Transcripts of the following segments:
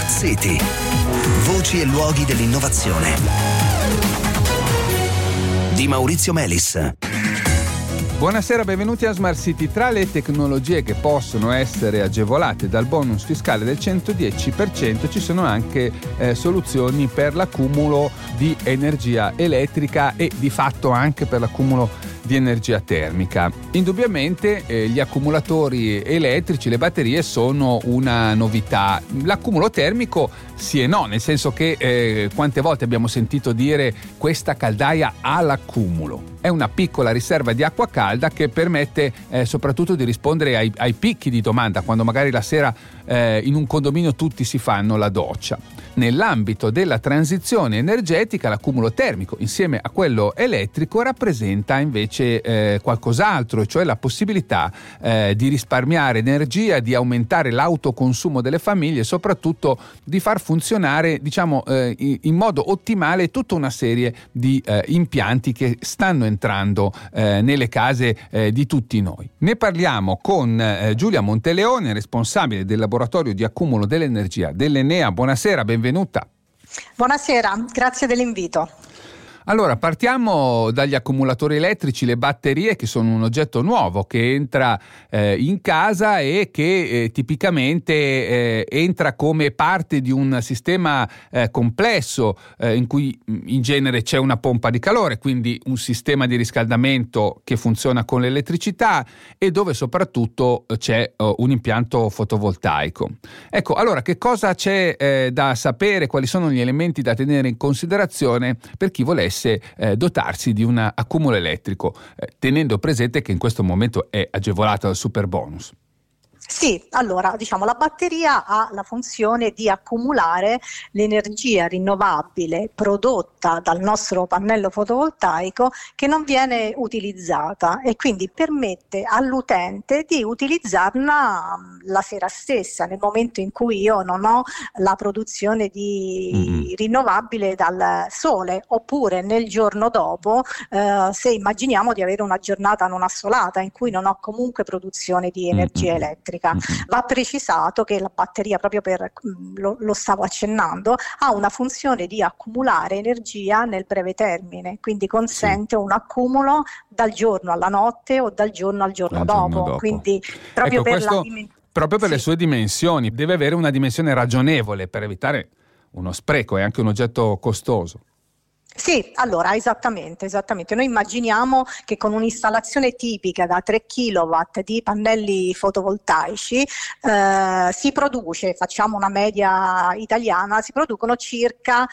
Smart City. Voci e luoghi dell'innovazione. Di Maurizio Melis. Buonasera, benvenuti a Smart City. Tra le tecnologie che possono essere agevolate dal bonus fiscale del 110% ci sono anche soluzioni per l'accumulo di energia elettrica e di fatto anche per l'accumulo di energia termica. Indubbiamente gli accumulatori elettrici, le batterie sono una novità. L'accumulo termico sì e no, nel senso che quante volte abbiamo sentito dire questa caldaia ha l'accumulo. È una piccola riserva di acqua calda che permette soprattutto di rispondere ai picchi di domanda, quando magari la sera in un condominio tutti si fanno la doccia. Nell'ambito della transizione energetica, l'accumulo termico insieme a quello elettrico rappresenta invece qualcos'altro, cioè la possibilità di risparmiare energia, di aumentare l'autoconsumo delle famiglie e soprattutto di far funzionare, in modo ottimale tutta una serie di impianti che stanno entrando nelle case di tutti noi. Ne parliamo con Giulia Monteleone, responsabile del laboratorio di accumulo dell'energia dell'Enea. Buonasera, benvenuta. Buonasera, grazie dell'invito. Allora, partiamo dagli accumulatori elettrici, le batterie, che sono un oggetto nuovo che entra in casa e che tipicamente entra come parte di un sistema complesso in cui in genere c'è una pompa di calore, quindi un sistema di riscaldamento che funziona con l'elettricità e dove soprattutto c'è un impianto fotovoltaico. Ecco, allora che cosa c'è da sapere, quali sono gli elementi da tenere in considerazione per chi volesse dotarsi di un accumulo elettrico, tenendo presente che in questo momento è agevolato dal super bonus? Sì, allora la batteria ha la funzione di accumulare l'energia rinnovabile prodotta dal nostro pannello fotovoltaico che non viene utilizzata e quindi permette all'utente di utilizzarla la sera stessa, nel momento in cui io non ho la produzione di rinnovabile dal sole, oppure nel giorno dopo, se immaginiamo di avere una giornata non assolata in cui non ho comunque produzione di energia elettrica. Va precisato che la batteria, proprio lo stavo accennando, ha una funzione di accumulare energia nel breve termine, quindi consente un accumulo dal giorno alla notte o dal giorno al giorno dopo. Quindi proprio proprio per le sue dimensioni deve avere una dimensione ragionevole per evitare uno spreco, è anche un oggetto costoso. Sì, allora esattamente. Noi immaginiamo che con un'installazione tipica da 3 kW di pannelli fotovoltaici si produce, facciamo una media italiana, si producono circa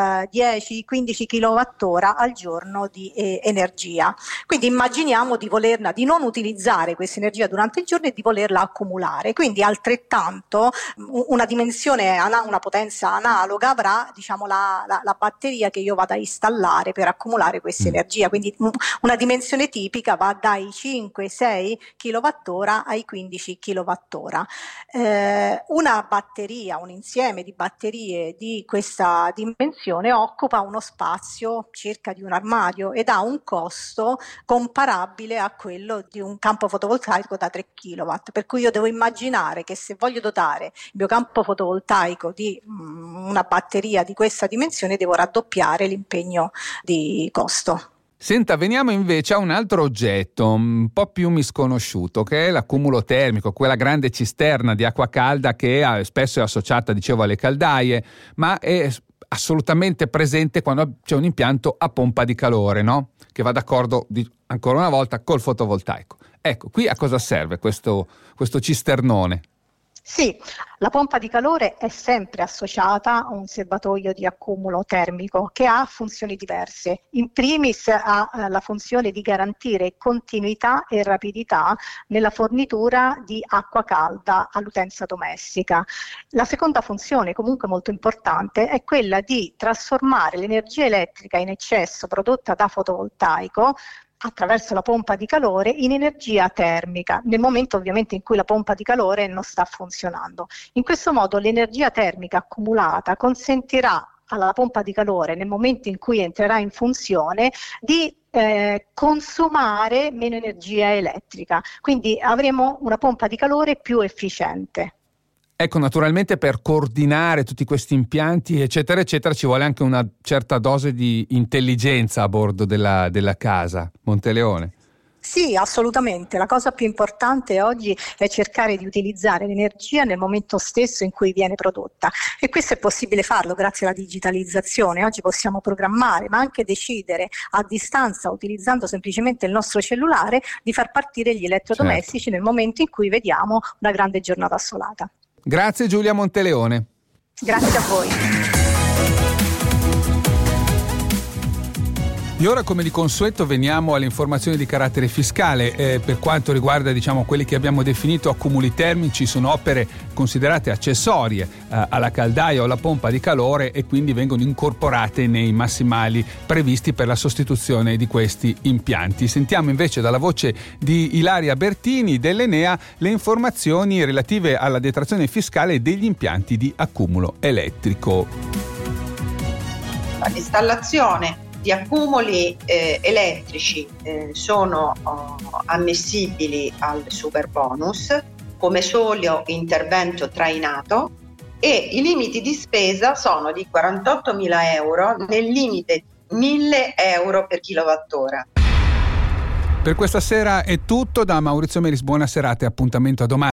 10-15 kWh al giorno di energia. Quindi immaginiamo di non utilizzare questa energia durante il giorno e di volerla accumulare. Quindi altrettanto una dimensione, una potenza analoga avrà la batteria che io vado a installare per accumulare questa energia, quindi una dimensione tipica va dai 5-6 kWh ai 15 kWh. Una batteria, un insieme di batterie di questa dimensione occupa uno spazio circa di un armadio ed ha un costo comparabile a quello di un campo fotovoltaico da 3 kW, per cui io devo immaginare che se voglio dotare il mio campo fotovoltaico di una batteria di questa dimensione devo raddoppiare l'impegno di costo. Senta, veniamo invece a un altro oggetto un po' più misconosciuto, che è l'accumulo termico, quella grande cisterna di acqua calda che spesso è associata, alle caldaie, ma è assolutamente presente quando c'è un impianto a pompa di calore, no? Che va d'accordo, ancora una volta, col fotovoltaico. Ecco, qui a cosa serve questo cisternone? Sì, la pompa di calore è sempre associata a un serbatoio di accumulo termico che ha funzioni diverse. In primis ha la funzione di garantire continuità e rapidità nella fornitura di acqua calda all'utenza domestica. La seconda funzione, comunque molto importante, è quella di trasformare l'energia elettrica in eccesso prodotta da fotovoltaico attraverso la pompa di calore in energia termica, nel momento ovviamente in cui la pompa di calore non sta funzionando. In questo modo l'energia termica accumulata consentirà alla pompa di calore, nel momento in cui entrerà in funzione, di consumare meno energia elettrica, quindi avremo una pompa di calore più efficiente. Ecco, naturalmente per coordinare tutti questi impianti, eccetera, eccetera, ci vuole anche una certa dose di intelligenza a bordo della casa. Monteleone. Sì, assolutamente. La cosa più importante oggi è cercare di utilizzare l'energia nel momento stesso in cui viene prodotta, e questo è possibile farlo grazie alla digitalizzazione. Oggi possiamo programmare, ma anche decidere a distanza, utilizzando semplicemente il nostro cellulare, di far partire gli elettrodomestici nel momento in cui vediamo una grande giornata assolata. Grazie Giulia Monteleone. Grazie a voi. E ora, come di consueto, veniamo alle informazioni di carattere fiscale. Per quanto riguarda quelli che abbiamo definito accumuli termici, sono opere considerate accessorie alla caldaia o alla pompa di calore e quindi vengono incorporate nei massimali previsti per la sostituzione di questi impianti. Sentiamo invece dalla voce di Ilaria Bertini dell'Enea le informazioni relative alla detrazione fiscale degli impianti di accumulo elettrico. L'installazione di accumuli elettrici sono ammissibili al superbonus come solo intervento trainato, e i limiti di spesa sono di 48.000 euro nel limite di 1.000 euro per kilowattora. Per questa sera è tutto. Da Maurizio Meris, buona serata e appuntamento a domani.